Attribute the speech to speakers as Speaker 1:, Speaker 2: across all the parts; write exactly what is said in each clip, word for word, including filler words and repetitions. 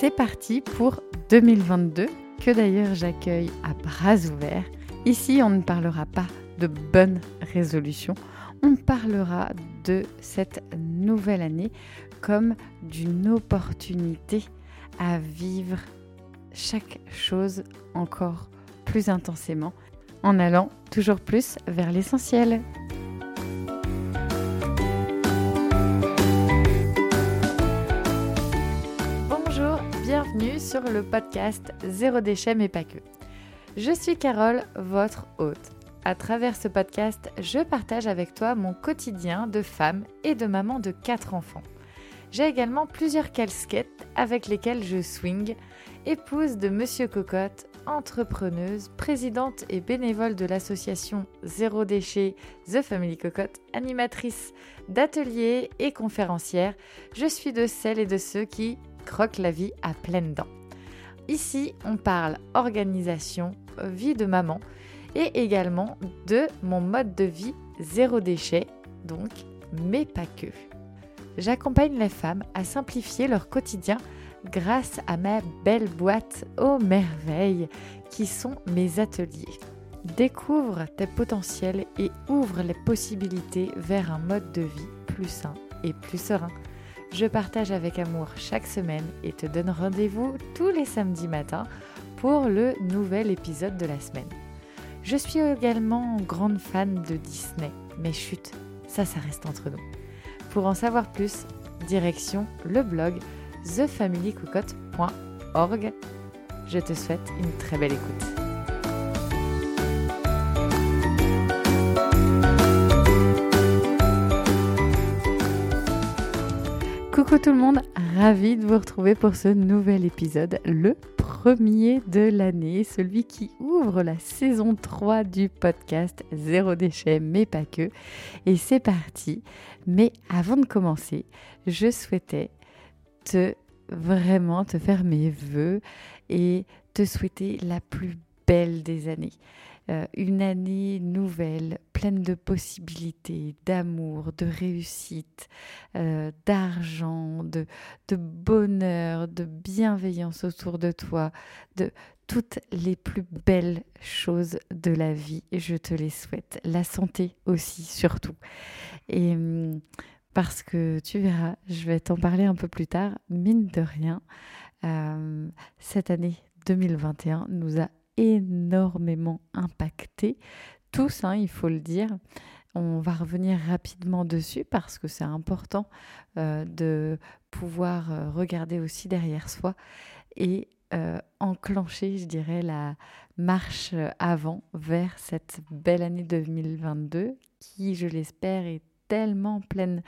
Speaker 1: c'est parti pour deux mille vingt-deux, que d'ailleurs j'accueille à bras ouverts. Ici, on ne parlera pas de bonnes résolutions, on parlera de cette nouvelle année comme d'une opportunité à vivre chaque chose encore plus intensément, en allant toujours plus vers l'essentiel. Bonjour, bienvenue sur le podcast Zéro déchet mais pas que. Je suis Carole, votre hôte. À travers ce podcast, je partage avec toi mon quotidien de femme et de maman de quatre enfants. J'ai également plusieurs casquettes avec lesquelles je swing, épouse de Monsieur Cocotte, entrepreneuse, présidente et bénévole de l'association Zéro Déchet The Family Cocotte, animatrice d'ateliers et conférencière. Je suis de celles et de ceux qui croquent la vie à pleines dents. Ici, on parle organisation, vie de maman et également de mon mode de vie zéro déchet, donc, mais pas que. J'accompagne les femmes à simplifier leur quotidien grâce à ma belle boîte aux merveilles qui sont mes ateliers. Découvre tes potentiels et ouvre les possibilités vers un mode de vie plus sain et plus serein. Je partage avec amour chaque semaine et te donne rendez-vous tous les samedis matins pour le nouvel épisode de la semaine. Je suis également grande fan de Disney, mais chut, ça, ça reste entre nous. Pour en savoir plus, direction le blog the family cocotte point org. Je te souhaite une très belle écoute. Coucou tout le monde, ravie de vous retrouver pour ce nouvel épisode, le premier de l'année, celui qui ouvre la saison trois du podcast Zéro déchet mais pas que. Et c'est parti. Mais avant de commencer, je souhaitais te vraiment te faire mes vœux et te souhaiter la plus belle des années. Euh, une année nouvelle, pleine de possibilités, d'amour, de réussite, euh, d'argent, de, de bonheur, de bienveillance autour de toi, de toutes les plus belles choses de la vie. Je te les souhaite. La santé aussi, surtout. Et hum, parce que tu verras, je vais t'en parler un peu plus tard, mine de rien, euh, cette année deux mille vingt et un nous a énormément impacté, tous, hein, il faut le dire. On va revenir rapidement dessus parce que c'est important euh, de pouvoir euh, regarder aussi derrière soi et euh, enclencher, je dirais, la marche avant vers cette belle année deux mille vingt-deux qui, je l'espère, est tellement pleine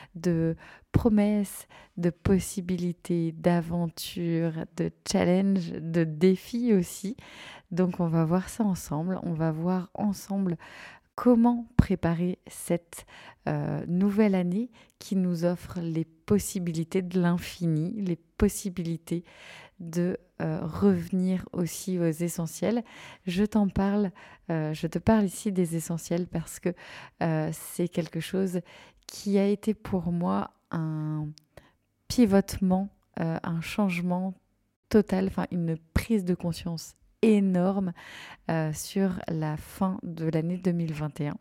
Speaker 1: de promesses, de possibilités, d'aventures, de challenges, de défis aussi. Donc on va voir ça ensemble, on va voir ensemble comment préparer cette euh, nouvelle année qui nous offre les possibilités de l'infini, les possibilités de euh, revenir aussi aux essentiels. Je t'en parle, euh, je te parle ici des essentiels parce que euh, c'est quelque chose qui a été pour moi un pivotement, euh, un changement total, enfin une prise de conscience énorme euh, sur la fin de l'année deux mille vingt et un.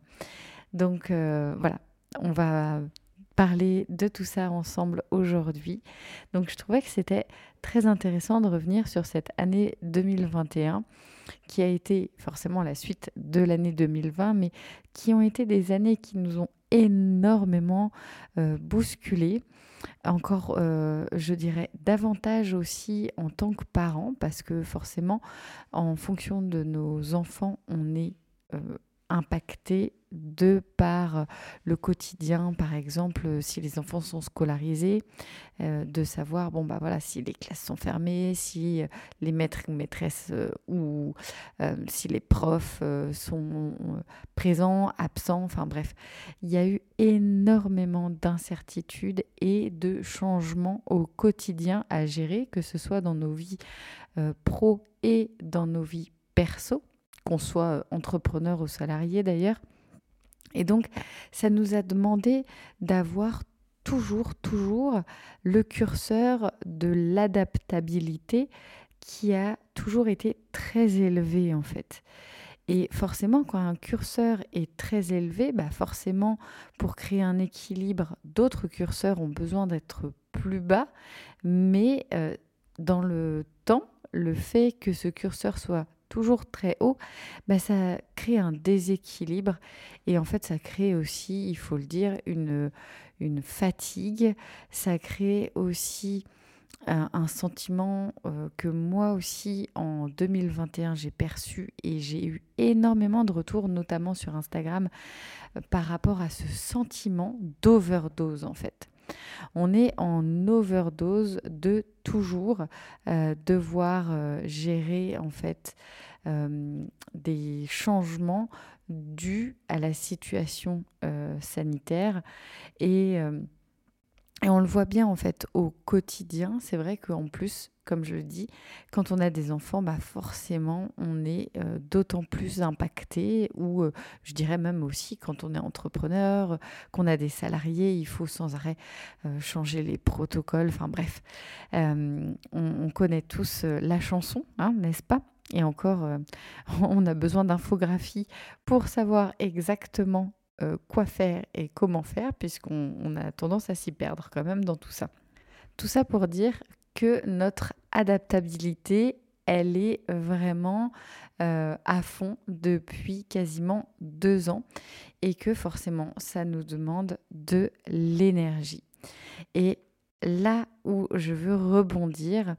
Speaker 1: Donc euh, voilà, on va parler de tout ça ensemble aujourd'hui. Donc je trouvais que c'était très intéressant de revenir sur cette année deux mille vingt et un qui a été forcément la suite de l'année deux mille vingt, mais qui ont été des années qui nous ont énormément euh, bousculés. Encore, euh, je dirais, davantage aussi en tant que parents, parce que forcément, en fonction de nos enfants, on est euh, impacté de par le quotidien, par exemple, si les enfants sont scolarisés, euh, de savoir, bon, bah voilà, si les classes sont fermées, si les maîtres ou maîtresses euh, ou euh, si les profs euh, sont euh, présents, absents, enfin bref, il y a eu énormément d'incertitudes et de changements au quotidien à gérer, que ce soit dans nos vies euh, pro et dans nos vies perso, qu'on soit entrepreneur ou salarié d'ailleurs. Et donc, ça nous a demandé d'avoir toujours, toujours le curseur de l'adaptabilité qui a toujours été très élevé en fait. Et forcément, quand un curseur est très élevé, bah forcément, pour créer un équilibre, d'autres curseurs ont besoin d'être plus bas. Mais euh, dans le temps, le fait que ce curseur soit toujours très haut, bah, ça crée un déséquilibre. Et en fait, ça crée aussi, il faut le dire, une, une fatigue. Ça crée aussi un, un sentiment euh, que moi aussi en deux mille vingt et un j'ai perçu et j'ai eu énormément de retours, notamment sur Instagram, euh, par rapport à ce sentiment d'overdose en fait. On est en overdose de toujours euh, devoir euh, gérer en fait euh, des changements dus à la situation euh, sanitaire et euh, et on le voit bien en fait au quotidien. C'est vrai qu'en plus, comme je le dis, quand on a des enfants, bah forcément, on est euh, d'autant plus impacté. Ou euh, je dirais même aussi quand on est entrepreneur, qu'on a des salariés, il faut sans arrêt euh, changer les protocoles. Enfin bref, euh, on, on connaît tous euh, la chanson, hein, n'est-ce pas? Et encore, euh, on a besoin d'infographie pour savoir exactement euh, quoi faire et comment faire, puisqu'on on a tendance à s'y perdre quand même dans tout ça. Tout ça pour dire que notre adaptabilité, elle est vraiment euh, à fond depuis quasiment deux ans et que forcément, ça nous demande de l'énergie. Et là où je veux rebondir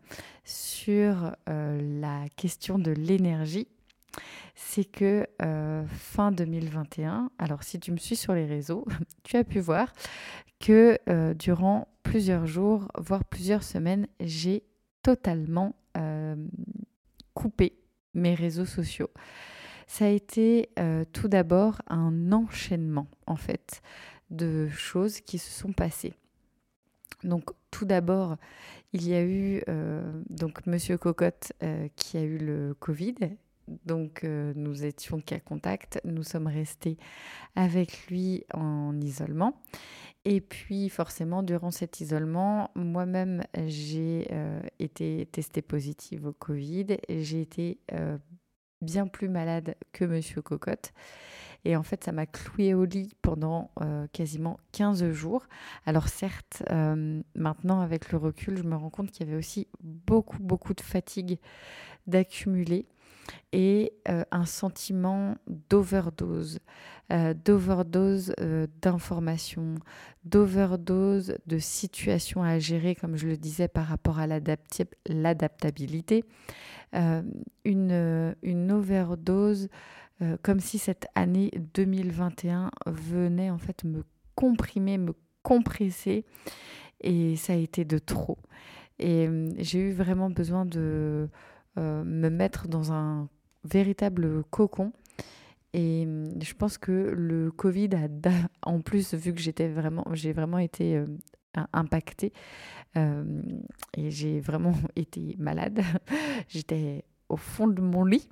Speaker 1: sur euh, la question de l'énergie, c'est que euh, fin deux mille vingt et un, alors si tu me suis sur les réseaux, tu as pu voir que euh, durant plusieurs jours, voire plusieurs semaines, j'ai totalement euh, coupé mes réseaux sociaux. Ça a été euh, tout d'abord un enchaînement en fait de choses qui se sont passées. Donc tout d'abord, il y a eu euh, donc Monsieur Cocotte euh, qui a eu le Covid. Donc euh, nous étions qu'à contact. Nous sommes restés avec lui en isolement. Et puis forcément, durant cet isolement, moi-même, j'ai euh, été testée positive au Covid. Et j'ai été euh, bien plus malade que Monsieur Cocotte. Et en fait, ça m'a clouée au lit pendant euh, quasiment quinze jours. Alors certes, euh, maintenant, avec le recul, je me rends compte qu'il y avait aussi beaucoup, beaucoup de fatigue d'accumuler et euh, un sentiment d'overdose, euh, d'overdose euh, d'informations, d'overdose de situations à gérer, comme je le disais, par rapport à l'adapti- l'adaptabilité, euh, une, une overdose euh, comme si cette année deux mille vingt et un venait en fait me comprimer, me compresser, et ça a été de trop. Et euh, j'ai eu vraiment besoin de euh, me mettre dans un véritable cocon. Et euh, je pense que le Covid a, da- en plus, vu que j'étais vraiment, j'ai vraiment été euh, im- impactée euh, et j'ai vraiment été malade. J'étais au fond de mon lit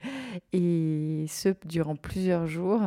Speaker 1: et ce durant plusieurs jours.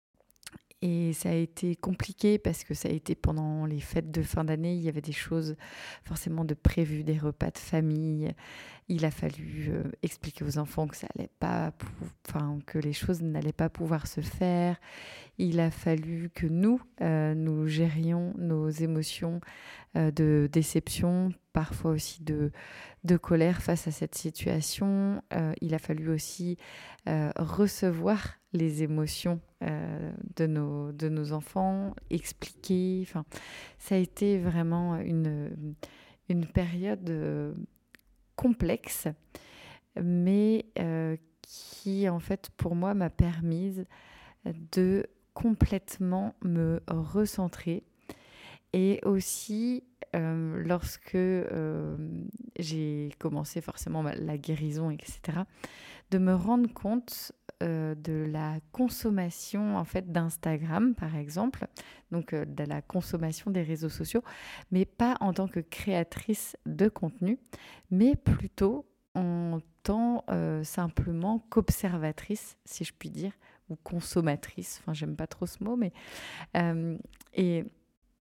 Speaker 1: Et ça a été compliqué parce que ça a été pendant les fêtes de fin d'année. Il y avait des choses forcément de prévues, des repas de famille. Il a fallu euh, expliquer aux enfants que ça allait pas, pou- enfin que les choses n'allaient pas pouvoir se faire. Il a fallu que nous, euh, nous gérions nos émotions euh, de déception, parfois aussi de, de colère face à cette situation. Euh, il a fallu aussi euh, recevoir les émotions euh, de, nos, de nos enfants, expliquer. Enfin, ça a été vraiment une, une période euh, complexe, mais euh, qui, en fait, pour moi, m'a permise de complètement me recentrer. Et aussi, euh, lorsque euh, j'ai commencé forcément ma- la guérison, et cetera, de me rendre compte euh, de la consommation en fait d'Instagram, par exemple, donc euh, de la consommation des réseaux sociaux, mais pas en tant que créatrice de contenu, mais plutôt en tant euh, simplement qu'observatrice, si je puis dire, ou consommatrice. Enfin, j'aime pas trop ce mot, mais euh, et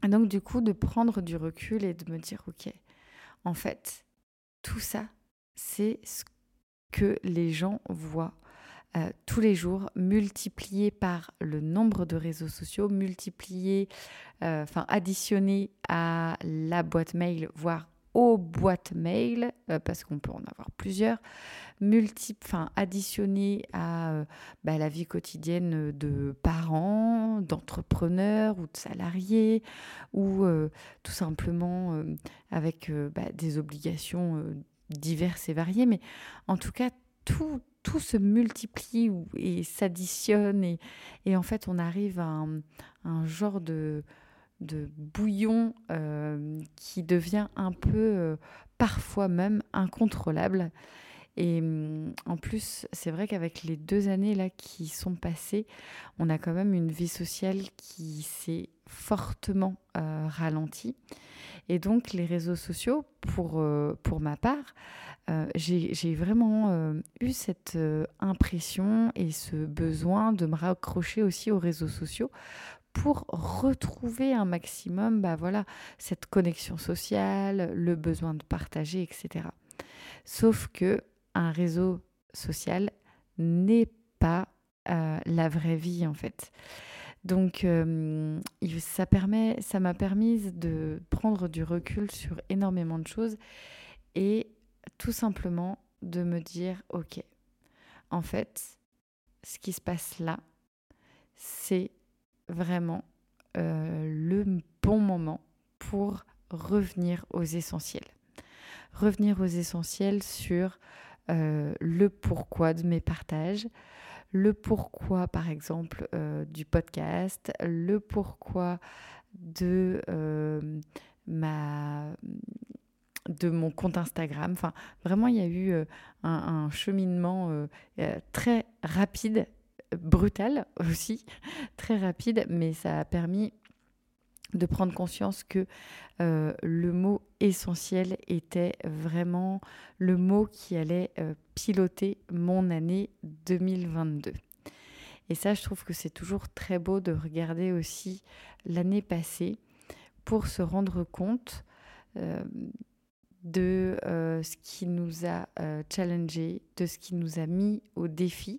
Speaker 1: Et donc du coup, de prendre du recul et de me dire, ok, en fait, tout ça, c'est ce que les gens voient euh, tous les jours, multiplié par le nombre de réseaux sociaux, multiplié, euh, enfin additionné à la boîte mail, voire aux boîtes mail, euh, parce qu'on peut en avoir plusieurs, multi, enfin additionné à euh, bah, la vie quotidienne de parents, d'entrepreneurs ou de salariés, ou euh, tout simplement euh, avec euh, bah, des obligations euh, diverses et variées, mais en tout cas tout, tout se multiplie ou- et s'additionne et, et en fait on arrive à un, un genre de, de bouillon euh, qui devient un peu euh, parfois même incontrôlable. Et hum, en plus, c'est vrai qu'avec les deux années là qui sont passées, on a quand même une vie sociale qui s'est fortement euh, ralentie. Et donc les réseaux sociaux, pour, euh, pour ma part, euh, j'ai, j'ai vraiment euh, eu cette euh, impression et ce besoin de me raccrocher aussi aux réseaux sociaux pour retrouver un maximum, bah voilà, cette connexion sociale, le besoin de partager, et cetera. Sauf que un réseau social n'est pas euh, la vraie vie en fait. Donc euh, il- ça permet, ça m'a permis de prendre du recul sur énormément de choses et tout simplement de me dire ok, en fait, ce qui se passe là, c'est vraiment euh, le bon moment pour revenir aux essentiels. Revenir aux essentiels sur euh, le pourquoi de mes partages, le pourquoi par exemple euh, du podcast, le pourquoi de euh, ma de mon compte Instagram. Enfin, vraiment, il y a eu euh, un, un cheminement euh, euh, très rapide, brutal aussi, très rapide, mais ça a permis de prendre conscience que euh, le mot essentiel était vraiment le mot qui allait euh, piloter mon année deux mille vingt-deux. Et ça, je trouve que c'est toujours très beau de regarder aussi l'année passée pour se rendre compte euh, de euh, ce qui nous a euh, challengé, de ce qui nous a mis au défi.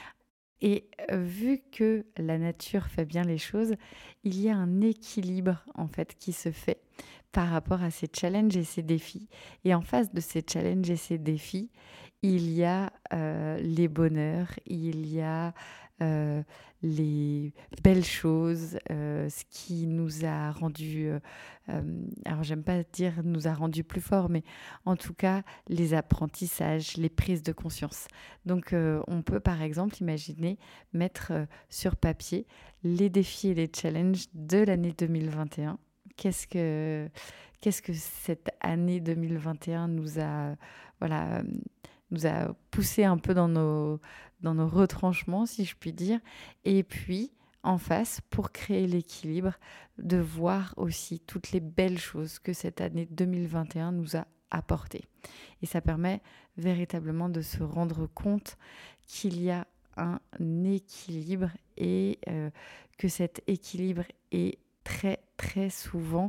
Speaker 1: Et euh, vu que la nature fait bien les choses, il y a un équilibre en fait qui se fait par rapport à ces challenges et ces défis. Et en face de ces challenges et ces défis, il y a euh, les bonheurs, il y a euh, les belles choses, euh, ce qui nous a rendu, euh, euh, alors j'aime pas dire nous a rendu plus forts, mais en tout cas les apprentissages, les prises de conscience. Donc euh, on peut par exemple imaginer mettre euh, sur papier les défis et les challenges de l'année deux mille vingt et un. Qu'est-ce que, qu'est-ce que cette année deux mille vingt et un nous a, voilà, euh, nous a poussé un peu dans nos, dans nos retranchements, si je puis dire. Et puis, en face, pour créer l'équilibre, de voir aussi toutes les belles choses que cette année deux mille vingt et un nous a apportées. Et ça permet véritablement de se rendre compte qu'il y a un équilibre et euh, que cet équilibre est très très souvent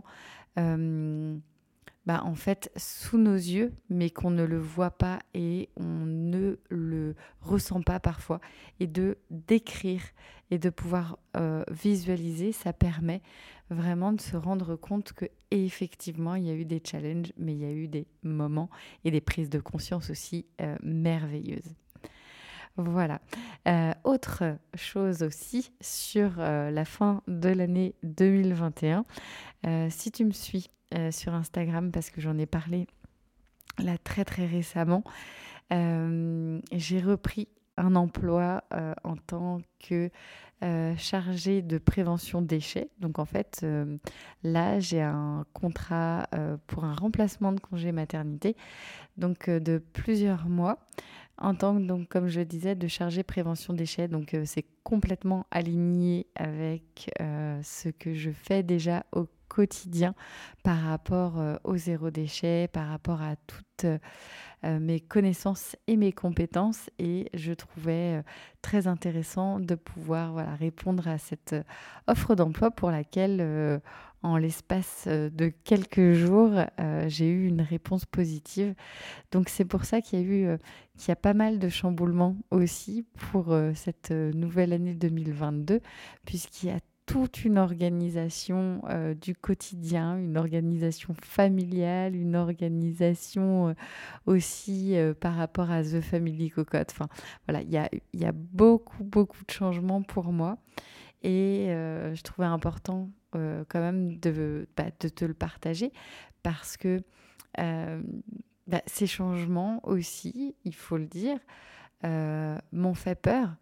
Speaker 1: euh, bah, en fait sous nos yeux mais qu'on ne le voit pas et on ne le ressent pas parfois, et de d'écrire et de pouvoir euh, visualiser, ça permet vraiment de se rendre compte que effectivement il y a eu des challenges mais il y a eu des moments et des prises de conscience aussi euh, merveilleuses. Voilà. Euh, autre chose aussi sur euh, la fin de l'année deux mille vingt et un, euh, si tu me suis euh, sur Instagram, parce que j'en ai parlé là très très récemment, euh, j'ai repris un emploi euh, en tant que euh, chargée de prévention déchets. Donc en fait, euh, là, j'ai un contrat euh, pour un remplacement de congé maternité, donc euh, de plusieurs mois, en tant que, donc, comme je le disais, de chargée prévention déchets. Donc euh, c'est complètement aligné avec euh, ce que je fais déjà au quotidien par rapport euh, au zéro déchet, par rapport à toutes euh, mes connaissances et mes compétences. Et je trouvais euh, très intéressant de pouvoir voilà, répondre à cette euh, offre d'emploi pour laquelle, euh, en l'espace euh, de quelques jours, euh, j'ai eu une réponse positive. Donc c'est pour ça qu'il y a eu euh, qu'il y a pas mal de chamboulements aussi pour euh, cette euh, nouvelle année deux mille vingt-deux, puisqu'il y a toute une organisation euh, du quotidien, une organisation familiale, une organisation euh, aussi euh, par rapport à The Family Cocotte. Enfin, voilà, il y a, il y a beaucoup, beaucoup de changements pour moi et euh, je trouvais important euh, quand même de, bah, de te le partager parce que euh, bah, ces changements aussi, il faut le dire, euh, m'ont fait peur.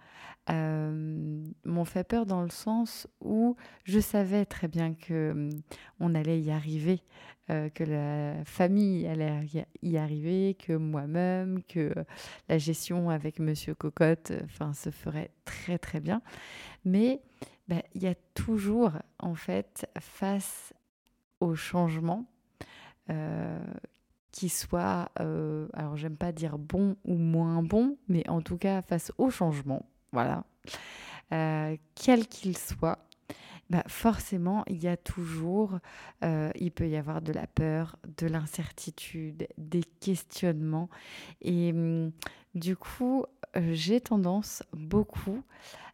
Speaker 1: Euh, m'ont fait peur dans le sens où je savais très bien que hum, on allait y arriver, euh, que la famille allait y y arriver, que moi-même, que la gestion avec Monsieur Cocotte, euh, enfin, se ferait très très bien. Mais bah, il y a toujours, en fait, face au changement, euh, qui soit, euh, alors j'aime pas dire bon ou moins bon, mais en tout cas face au changement, voilà, euh, quel qu'il soit, bah forcément il y a toujours, euh, il peut y avoir de la peur, de l'incertitude, des questionnements. Et hum, du coup, euh, j'ai tendance beaucoup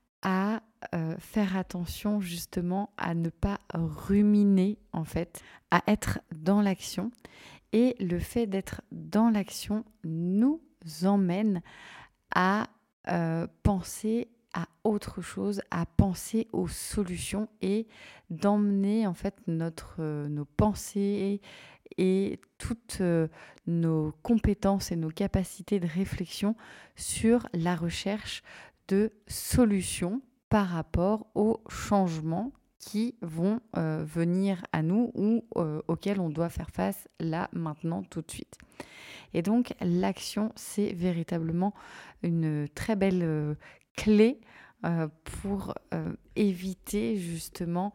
Speaker 1: à euh, faire attention justement à ne pas ruminer en fait, à être dans l'action. Et le fait d'être dans l'action nous emmène à euh, penser à autre chose, à penser aux solutions et d'emmener en fait notre, euh, nos pensées et toutes euh, nos compétences et nos capacités de réflexion sur la recherche de solutions par rapport aux changements qui vont euh, venir à nous ou euh, auxquels on doit faire face là, maintenant, tout de suite. Et donc, l'action, c'est véritablement une très belle euh, clé euh, pour euh, éviter justement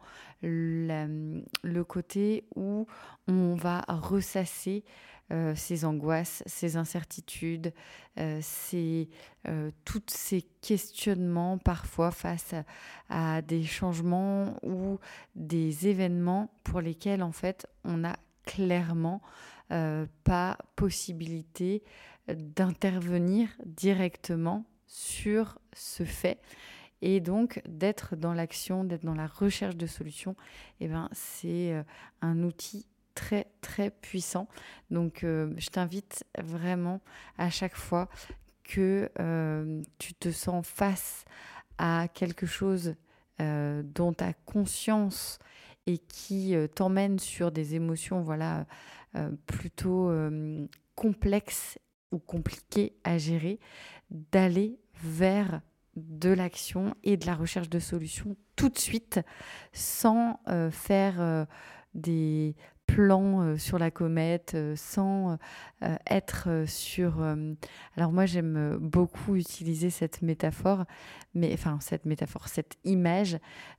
Speaker 1: la- le côté où on va ressasser euh, ces angoisses, ces incertitudes, euh, ces, euh, tous ces questionnements parfois face à, à des changements ou des événements pour lesquels en fait on a clairement euh, pas possibilité d'intervenir directement sur ce fait. Et donc, d'être dans l'action, d'être dans la recherche de solutions, eh ben, c'est euh, un outil très, très puissant. Donc, euh, je t'invite vraiment à chaque fois que euh, tu te sens face à quelque chose euh, dont tu as conscience et qui euh, t'emmène sur des émotions voilà, euh, plutôt euh, complexes ou compliquées à gérer, d'aller vers de l'action et de la recherche de solutions tout de suite sans euh, faire euh, des plans euh, sur la comète, euh, sans euh, être euh, sur... euh, alors moi j'aime beaucoup utiliser cette métaphore, mais enfin cette métaphore, cette image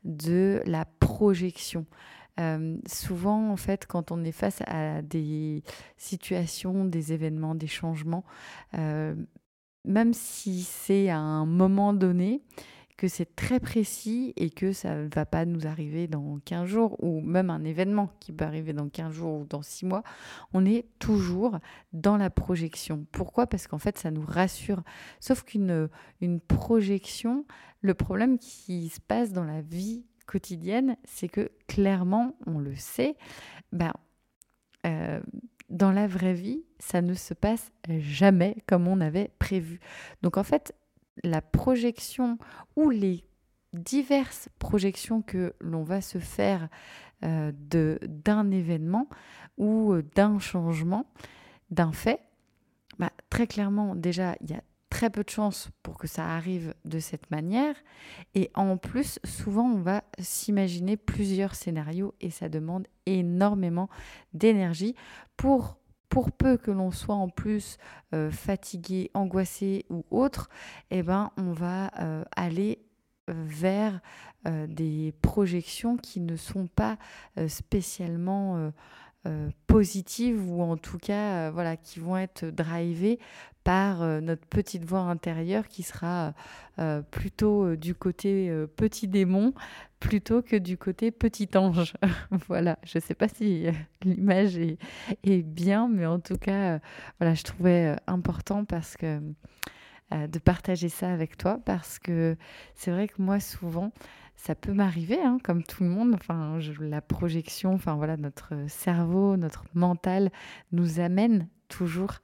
Speaker 1: de la projection. Euh, souvent, en fait, quand on est face à des situations, des événements, des changements, euh, même si c'est à un moment donné, que c'est très précis et que ça ne va pas nous arriver dans quinze jours, ou même un événement qui peut arriver dans quinze jours ou dans six mois, on est toujours dans la projection. Pourquoi ? Parce qu'en fait, ça nous rassure. Sauf qu'une une projection, le problème qui se passe dans la vie quotidienne, c'est que clairement, on le sait, ben, euh, dans la vraie vie, ça ne se passe jamais comme on avait prévu. Donc en fait, la projection ou les diverses projections que l'on va se faire euh, de, d'un événement ou euh, d'un changement, d'un fait, bah, très clairement, déjà, il y a très peu de chances pour que ça arrive de cette manière. Et en plus, souvent, on va s'imaginer plusieurs scénarios et ça demande énormément d'énergie pour, pour peu que l'on soit en plus euh, fatigué, angoissé ou autre, eh ben, on va euh, aller vers euh, des projections qui ne sont pas euh, spécialement euh, euh, positives ou en tout cas euh, voilà, qui vont être drivées par euh, notre petite voix intérieure qui sera euh, plutôt euh, du côté euh, petit démon plutôt que du côté petit ange. Voilà, je ne sais pas si euh, l'image est, est bien, mais en tout cas, euh, voilà, je trouvais euh, important parce que euh, de partager ça avec toi parce que c'est vrai que moi souvent ça peut m'arriver hein, comme tout le monde enfin je- la projection enfin voilà notre cerveau notre mental nous amène toujours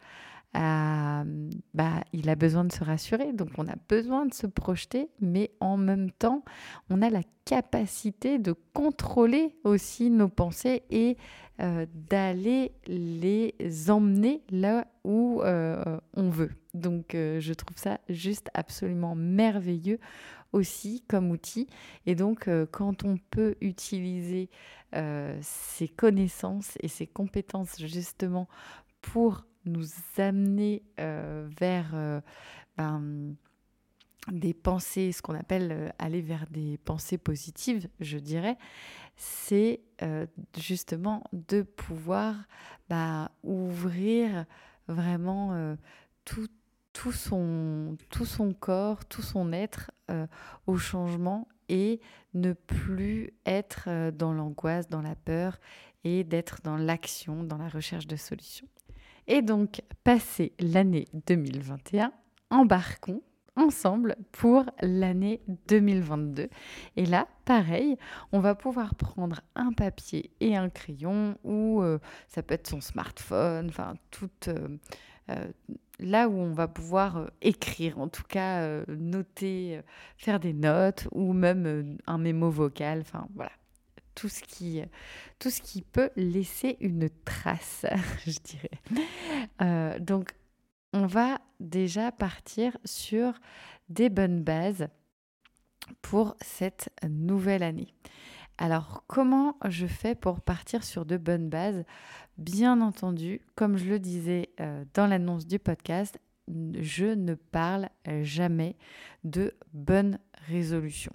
Speaker 1: à bah il a besoin de se rassurer donc on a besoin de se projeter mais en même temps on a la capacité de contrôler aussi nos pensées et euh, d'aller les emmener là où euh, on veut. Donc euh, je trouve ça juste absolument merveilleux aussi comme outil. Et donc euh, quand on peut utiliser euh, ces connaissances et ces compétences justement pour nous amener euh, vers euh, ben, des pensées, ce qu'on appelle euh, aller vers des pensées positives, je dirais, c'est euh, justement de pouvoir bah, ouvrir vraiment euh, tout, tout, son, tout son corps, tout son être euh, au changement et ne plus être euh, dans l'angoisse, dans la peur et d'être dans l'action, dans la recherche de solutions. Et donc, passé l'année deux mille vingt et un, embarquons ensemble pour l'année deux mille vingt-deux. Et là, pareil, on va pouvoir prendre un papier et un crayon ou euh, ça peut être son smartphone, enfin tout euh, euh, là où on va pouvoir euh, écrire, en tout cas euh, noter, euh, faire des notes ou même euh, un mémo vocal, enfin voilà. Tout ce, qui, tout ce qui peut laisser une trace, je dirais. Euh, donc, on va déjà partir sur des bonnes bases pour cette nouvelle année. Alors, comment je fais pour partir sur de bonnes bases? Bien entendu, comme je le disais euh, dans l'annonce du podcast, je ne parle jamais de bonnes résolutions.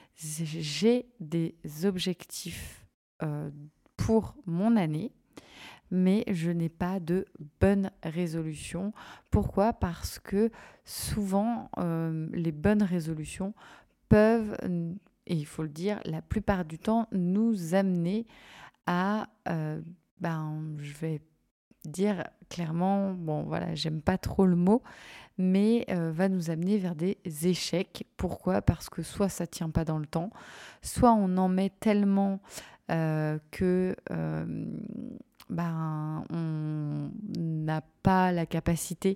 Speaker 1: J'ai des objectifs euh, pour mon année mais je n'ai pas de bonne résolution. Pourquoi? Parce que souvent, euh, les bonnes résolutions peuvent, et il faut le dire, la plupart du temps, nous amener à, euh, ben, je vais dire clairement, bon voilà, j'aime pas trop le mot, mais euh, va nous amener vers des échecs. Pourquoi? Parce que soit ça tient pas dans le temps, soit on en met tellement euh, que euh, ben, on n'a pas la capacité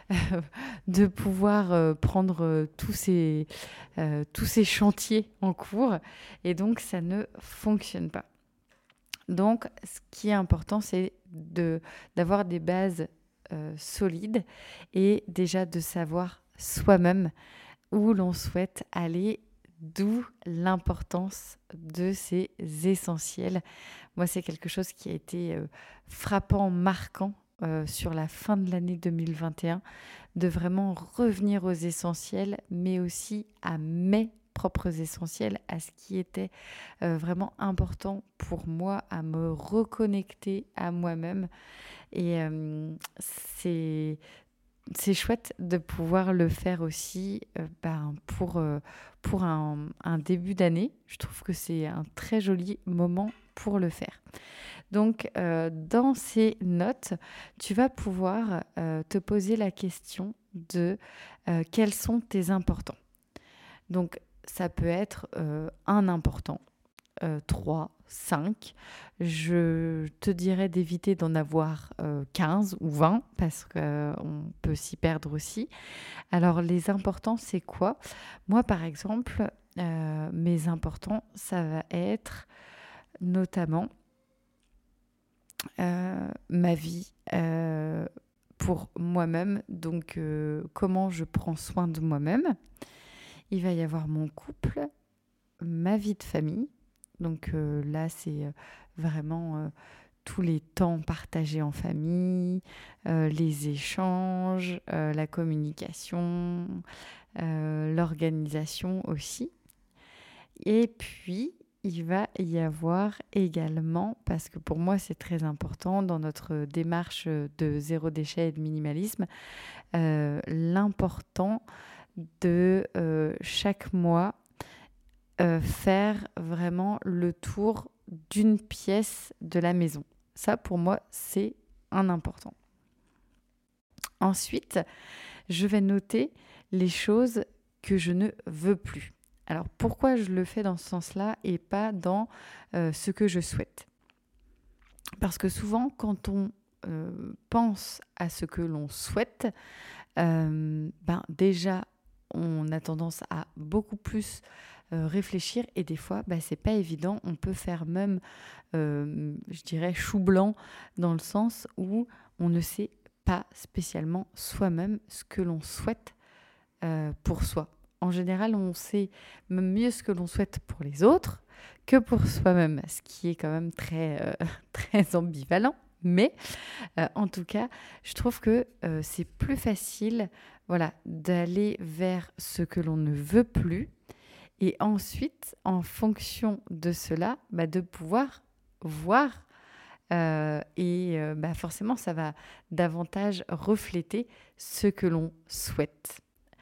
Speaker 1: de pouvoir euh, prendre euh, tous ces, euh, tous ces chantiers en cours et donc ça ne fonctionne pas. Donc ce qui est important c'est de, d'avoir des bases euh, solides et déjà de savoir soi-même où l'on souhaite aller, d'où l'importance de ces essentiels. Moi, c'est quelque chose qui a été euh, frappant, marquant euh, sur la fin de l'année deux mille vingt et un, de vraiment revenir aux essentiels, mais aussi à mes propres essentiels, à ce qui était euh, vraiment important pour moi, à me reconnecter à moi-même. Et euh, c'est c'est chouette de pouvoir le faire aussi euh, ben, pour, euh, pour un, un début d'année. Je trouve que c'est un très joli moment pour le faire. Donc, euh, dans ces notes, tu vas pouvoir euh, te poser la question de euh, quels sont tes importants. Donc, ça peut être euh, un important, euh, trois, cinq. Je te dirais d'éviter d'en avoir euh, quinze ou vingt parce qu'on peut s'y perdre aussi. Alors les importants, c'est quoi? Moi, par exemple, euh, mes importants, ça va être notamment euh, ma vie euh, pour moi-même. Donc euh, comment je prends soin de moi-même. Il va y avoir mon couple, ma vie de famille. Donc euh, là, c'est euh, vraiment euh, tous les temps partagés en famille, euh, les échanges, euh, la communication, euh, l'organisation aussi. Et puis, il va y avoir également, parce que pour moi c'est très important dans notre démarche de zéro déchet et de minimalisme, euh, l'important de euh, chaque mois euh, faire vraiment le tour d'une pièce de la maison. Ça, pour moi, c'est un important. Ensuite, je vais noter les choses que je ne veux plus. Alors, pourquoi je le fais dans ce sens-là et pas dans euh, ce que je souhaite ? Parce que souvent, quand on euh, pense à ce que l'on souhaite, euh, ben déjà, on a tendance à beaucoup plus euh, réfléchir et des fois, ben, c'est pas évident. On peut faire même, euh, je dirais, chou blanc dans le sens où on ne sait pas spécialement soi-même ce que l'on souhaite euh, pour soi. En général, on sait même mieux ce que l'on souhaite pour les autres que pour soi-même, ce qui est quand même très, euh, très ambivalent. Mais euh, en tout cas, je trouve que euh, c'est plus facile voilà, d'aller vers ce que l'on ne veut plus et ensuite, en fonction de cela, bah, de pouvoir voir euh, et euh, bah, forcément, ça va davantage refléter ce que l'on souhaite.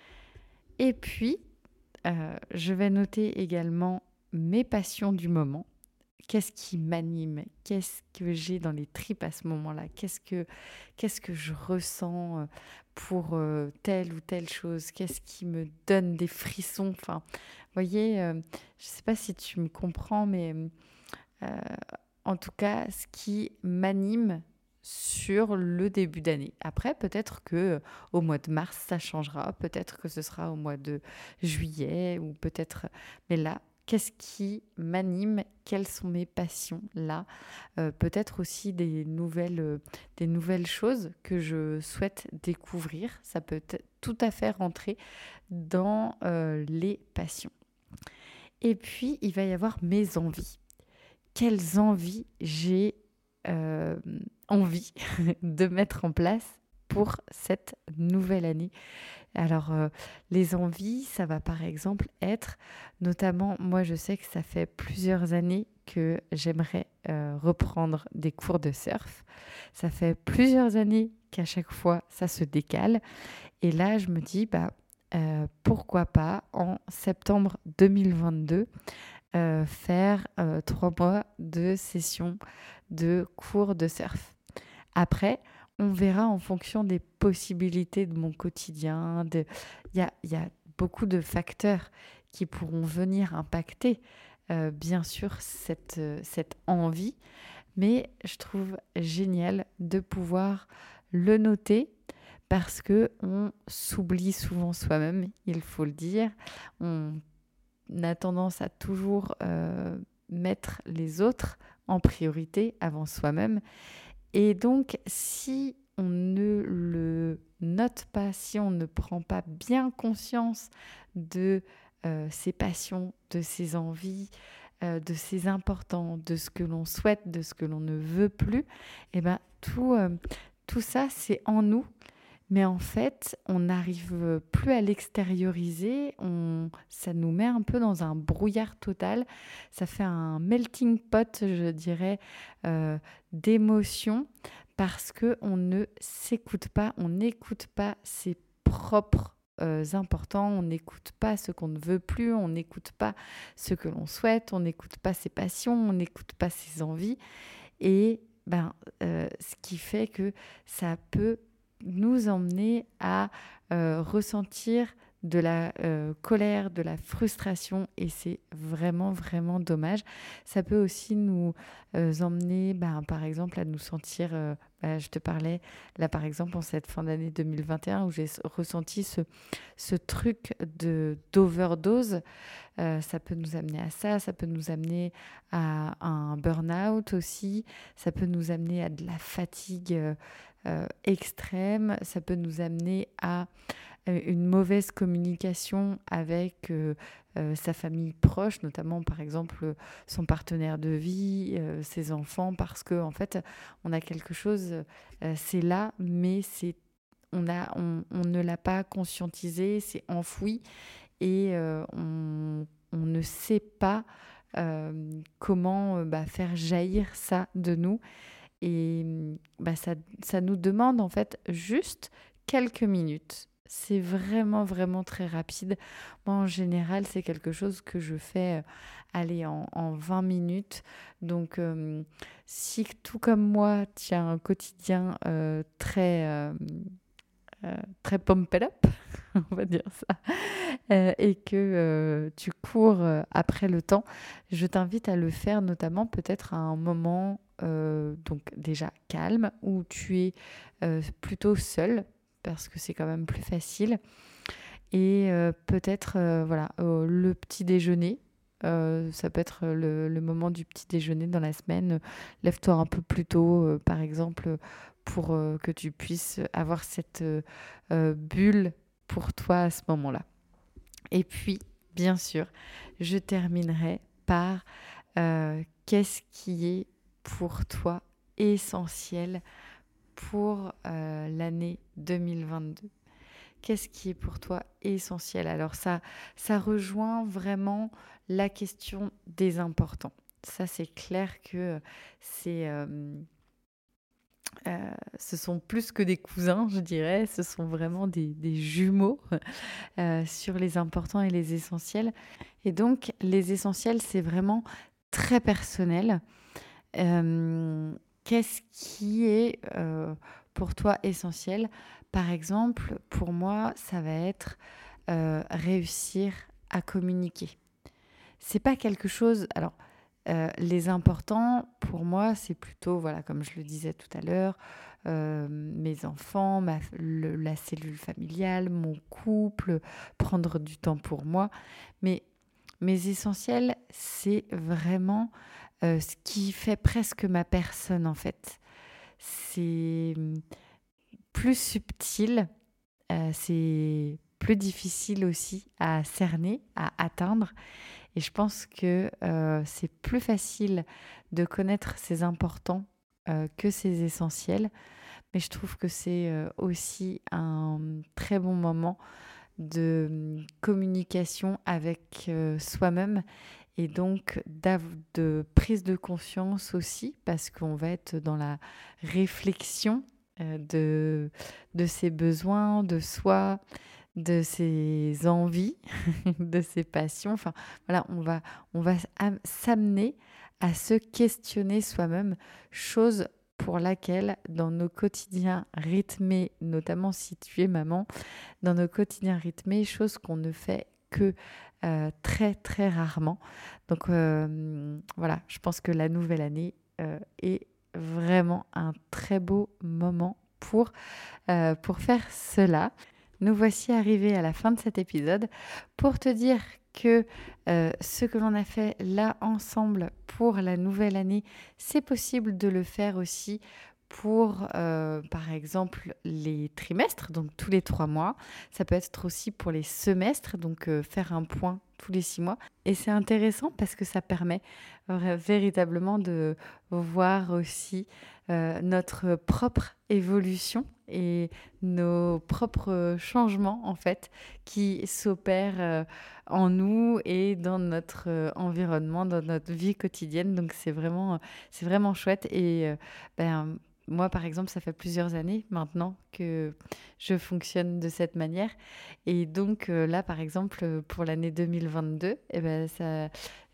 Speaker 1: Et puis, euh, je vais noter également mes passions du moment. Qu'est-ce qui m'anime ? Qu'est-ce que j'ai dans les tripes à ce moment-là ? Qu'est-ce que, qu'est-ce que je ressens pour euh, telle ou telle chose ? Qu'est-ce qui me donne des frissons ? Enfin, vous voyez, euh, je ne sais pas si tu me comprends, mais euh, en tout cas, ce qui m'anime sur le début d'année. Après, peut-être que euh, au mois de mars, ça changera. Peut-être que ce sera au mois de juillet ou peut-être... Mais là, qu'est-ce qui m'anime ? Quelles sont mes passions là ? euh, Peut-être aussi des nouvelles, euh, des nouvelles choses que je souhaite découvrir. Ça peut t- tout à fait rentrer dans euh, les passions. Et puis, il va y avoir mes envies. Quelles envies j'ai euh, envie de mettre en place pour cette nouvelle année. Alors, euh, les envies, ça va par exemple être, notamment, moi je sais que ça fait plusieurs années que j'aimerais euh, reprendre des cours de surf. Ça fait plusieurs années qu'à chaque fois ça se décale. Et là, je me dis, bah, euh, pourquoi pas en septembre deux mille vingt-deux euh, faire euh, trois mois de session de cours de surf. Après, on verra en fonction des possibilités de mon quotidien. De... Il y a, il y a beaucoup de facteurs qui pourront venir impacter, euh, bien sûr, cette, cette envie. Mais je trouve génial de pouvoir le noter parce qu'on s'oublie souvent soi-même, il faut le dire. On a tendance à toujours euh, mettre les autres en priorité avant soi-même. Et donc, si on ne le note pas, si on ne prend pas bien conscience de euh, ses passions, de ses envies, euh, de ses importants, de ce que l'on souhaite, de ce que l'on ne veut plus, eh ben, tout, euh, tout ça, c'est en nous. Mais en fait, on n'arrive plus à l'extérioriser, on, ça nous met un peu dans un brouillard total, ça fait un melting pot, je dirais, euh, d'émotions, parce qu'on ne s'écoute pas, on n'écoute pas ses propres euh, importants, on n'écoute pas ce qu'on ne veut plus, on n'écoute pas ce que l'on souhaite, on n'écoute pas ses passions, on n'écoute pas ses envies, et ben, euh, ce qui fait que ça peut nous emmener à euh, ressentir de la euh, colère, de la frustration et c'est vraiment, vraiment dommage. Ça peut aussi nous euh, emmener, bah, par exemple, à nous sentir, euh, bah, je te parlais là par exemple en cette fin d'année deux mille vingt et un où j'ai ressenti ce, ce truc de, d'overdose. Euh, ça peut nous amener à ça, ça peut nous amener à, à un burn-out aussi, ça peut nous amener à de la fatigue euh, euh, extrême, ça peut nous amener à euh, une mauvaise communication avec euh, euh, sa famille proche, notamment par exemple son partenaire de vie, euh, ses enfants, parce que en fait on a quelque chose, euh, c'est là, mais c'est on, a, on, on ne l'a pas conscientisé, c'est enfoui et euh, on on ne sait pas euh, comment euh, bah, faire jaillir ça de nous. Et bah, ça, ça nous demande en fait juste quelques minutes. C'est vraiment, vraiment très rapide. Moi, en général, c'est quelque chose que je fais, euh, aller en, en vingt minutes. Donc, euh, si tout comme moi, tu as un quotidien euh, très, euh, euh, très pumped up, on va dire ça, euh, et que euh, tu cours euh, après le temps, je t'invite à le faire notamment peut-être à un moment euh, donc déjà calme où tu es euh, plutôt seul parce que c'est quand même plus facile et euh, peut-être euh, voilà euh, le petit déjeuner. Euh, ça peut être le, le moment du petit déjeuner dans la semaine. Lève-toi un peu plus tôt, euh, par exemple, pour euh, que tu puisses avoir cette euh, euh, bulle pour toi à ce moment-là. Et puis, bien sûr, je terminerai par euh, qu'est-ce qui est pour toi essentiel pour euh, l'année deux mille vingt-deux. Qu'est-ce qui est pour toi essentiel? Alors ça, ça rejoint vraiment la question des importants. Ça, c'est clair que c'est... euh, euh, ce sont plus que des cousins, je dirais, ce sont vraiment des, des jumeaux euh, sur les importants et les essentiels. Et donc, les essentiels, c'est vraiment très personnel. Euh, Qu'est-ce qui est euh, pour toi essentiel? Par exemple, pour moi, ça va être euh, réussir à communiquer. C'est pas quelque chose. Alors, euh, les importants, pour moi, c'est plutôt, voilà, comme je le disais tout à l'heure, euh, mes enfants, ma, le- la cellule familiale, mon couple, prendre du temps pour moi. Mais mes essentiels, c'est vraiment euh, ce qui fait presque ma personne, en fait. C'est plus subtil, euh, c'est plus difficile aussi à cerner, à atteindre. Et je pense que euh, c'est plus facile de connaître ses importants euh, que ses essentiels. Mais je trouve que c'est euh, aussi un très bon moment de hum, communication avec euh, soi-même et donc d'av- de prise de conscience aussi parce qu'on va être dans la réflexion euh, de, de ses besoins, de soi, de ses envies, de ses passions. Enfin, voilà, on va, on va am- s'amener à se questionner soi-même, chose pour laquelle, dans nos quotidiens rythmés, notamment si tu es maman, dans nos quotidiens rythmés, chose qu'on ne fait que euh, très, très rarement. Donc euh, voilà, je pense que la nouvelle année euh, est vraiment un très beau moment pour, euh, pour faire cela. Nous voici arrivés à la fin de cet épisode pour te dire que euh, ce que l'on a fait là ensemble pour la nouvelle année, c'est possible de le faire aussi pour, euh, par exemple, les trimestres, donc tous les trois mois. Ça peut être aussi pour les semestres, donc euh, faire un point tous les six mois. Et c'est intéressant parce que ça permet euh, véritablement de voir aussi euh, notre propre évolution et nos propres changements en fait qui s'opèrent euh, en nous et dans notre euh, environnement, dans notre vie quotidienne. Donc c'est vraiment, euh, c'est vraiment chouette et euh, ben, moi, par exemple, ça fait plusieurs années maintenant que je fonctionne de cette manière. Et donc euh, là, par exemple, pour l'année deux mille vingt-deux, eh ben, ça,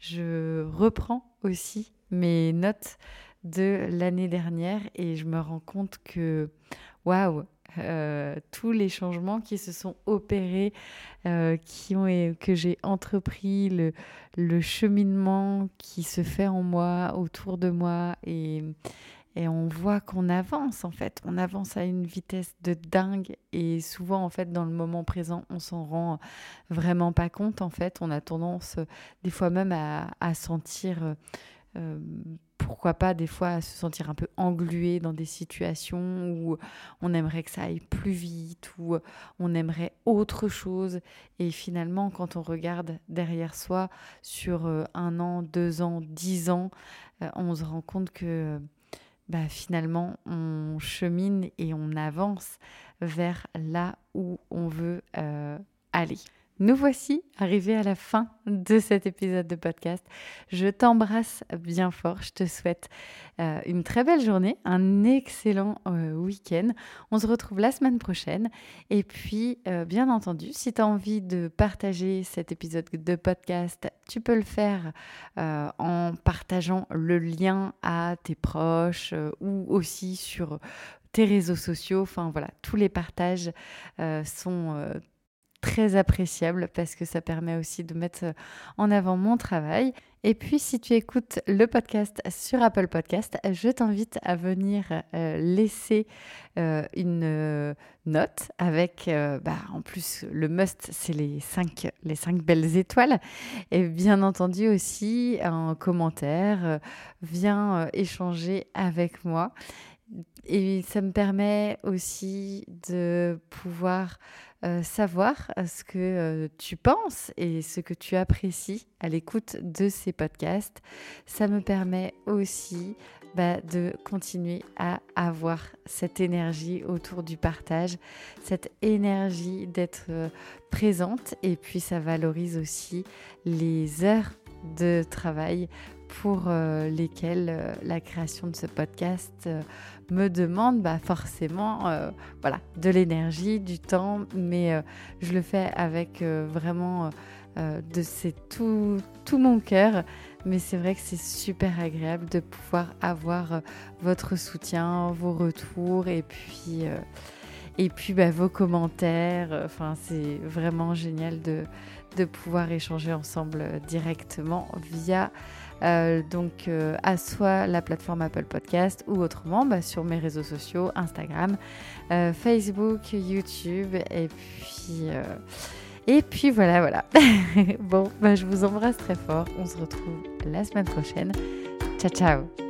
Speaker 1: je reprends aussi mes notes de l'année dernière et je me rends compte que, waouh, euh, tous les changements qui se sont opérés, euh, qui ont, que j'ai entrepris, le, le cheminement qui se fait en moi, autour de moi et et on voit qu'on avance en fait, on avance à une vitesse de dingue et souvent en fait dans le moment présent on s'en rend vraiment pas compte en fait, on a tendance euh, des fois même à, à sentir, euh, pourquoi pas des fois à se sentir un peu englué dans des situations où on aimerait que ça aille plus vite, où on aimerait autre chose et finalement quand on regarde derrière soi sur euh, un an, deux ans, dix ans, euh, on se rend compte que bah, finalement, on chemine et on avance vers là où on veut euh, aller. Nous voici arrivés à la fin de cet épisode de podcast. Je t'embrasse bien fort. Je te souhaite euh, une très belle journée, un excellent euh, week-end. On se retrouve la semaine prochaine. Et puis, euh, bien entendu, si tu as envie de partager cet épisode de podcast, tu peux le faire euh, en partageant le lien à tes proches euh, ou aussi sur tes réseaux sociaux. Enfin voilà, tous les partages euh, sont euh, très appréciable parce que ça permet aussi de mettre en avant mon travail. Et puis, si tu écoutes le podcast sur Apple Podcast, je t'invite à venir euh, laisser euh, une euh, note avec, euh, bah, en plus, le must, c'est les cinq, les cinq belles étoiles. Et bien entendu aussi, un commentaire, euh, viens euh, échanger avec moi. Et ça me permet aussi de pouvoir euh, savoir ce que euh, tu penses et ce que tu apprécies à l'écoute de ces podcasts. Ça me permet aussi bah, de continuer à avoir cette énergie autour du partage, cette énergie d'être euh, présente, et puis ça valorise aussi les heures de travail pour euh, lesquelles euh, la création de ce podcast euh, me demande bah, forcément euh, voilà, de l'énergie, du temps, mais euh, je le fais avec euh, vraiment euh, de c'est tout, tout mon cœur. Mais c'est vrai que c'est super agréable de pouvoir avoir euh, votre soutien, vos retours et puis, euh, et puis bah, vos commentaires. Enfin, c'est vraiment génial de, de pouvoir échanger ensemble directement via Euh, donc euh, à soit la plateforme Apple Podcast ou autrement bah, sur mes réseaux sociaux, Instagram, euh, Facebook, YouTube et puis, euh, et puis voilà, voilà. Bon, bah, je vous embrasse très fort. On se retrouve la semaine prochaine. Ciao, ciao.